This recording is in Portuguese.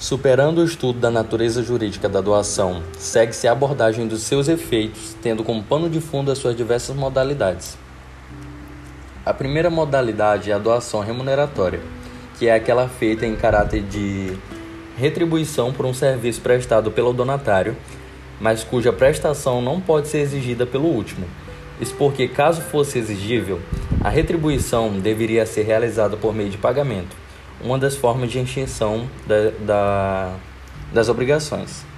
Superando o estudo da natureza jurídica da doação, segue-se a abordagem dos seus efeitos, tendo como pano de fundo as suas diversas modalidades. A primeira modalidade é a doação remuneratória, que é aquela feita em caráter de retribuição por um serviço prestado pelo donatário, mas cuja prestação não pode ser exigida pelo último. Isso porque, caso fosse exigível, a retribuição deveria ser realizada por meio de pagamento, uma das formas de extinção das obrigações.